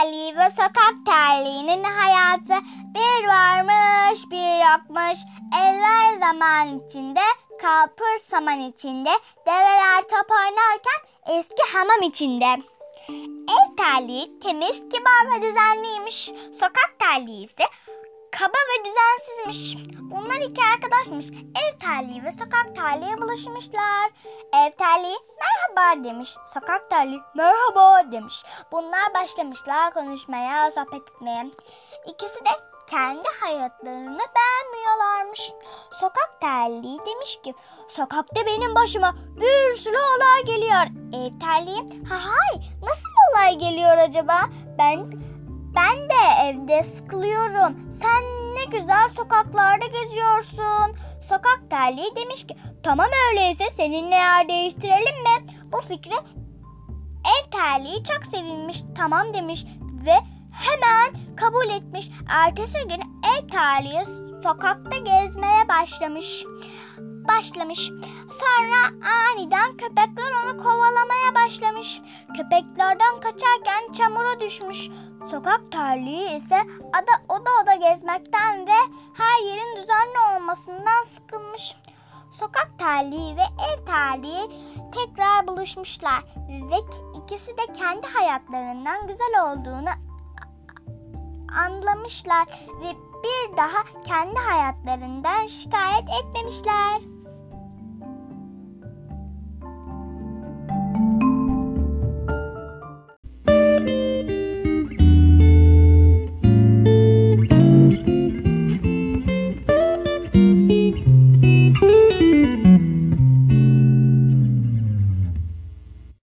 terliği ve sokak terliğinin hayatı. Bir varmış bir yokmuş, evvel zaman içinde, kalpur saman içinde, develer top oynarken eski hamam içinde. Ev terliği temiz, kibar ve düzenliymiş. Sokak terliği ise kaba ve düzensizmiş. Bunlar iki arkadaşmış. Ev terliği ve sokak terliği buluşmuşlar. Ev terliği merhaba demiş. Sokak terliği merhaba demiş. Bunlar başlamışlar konuşmaya, sohbet etmeye. İkisi de kendi hayatlarını beğenmiyorlarmış. Sokak terliği demiş ki sokakta benim başıma bir sürü olay geliyor. Ev terliği hay nasıl olay geliyor acaba? Ben de evde sıkılıyorum. Sen ne güzel sokaklarda geziyorsun. Sokak terliği demiş ki tamam öyleyse seninle yer değiştirelim mi? Bu fikre ev terliği çok sevinmiş. Tamam demiş ve hemen kabul etmiş. Ertesi gün ev terliği sokakta gezmeye başlamış. Sonra aniden köpekler onu kovalamaya başlamış. Köpeklerden kaçarken çamura düşmüş. Sokak terliği ise oda gezmekten ve her yerin düzenli olmasından sıkılmış. Sokak terliği ve ev terliği tekrar buluşmuşlar ve ikisi de kendi hayatlarından güzel olduğunu anlamışlar ve bir daha kendi hayatlarından şikayet etmemişler.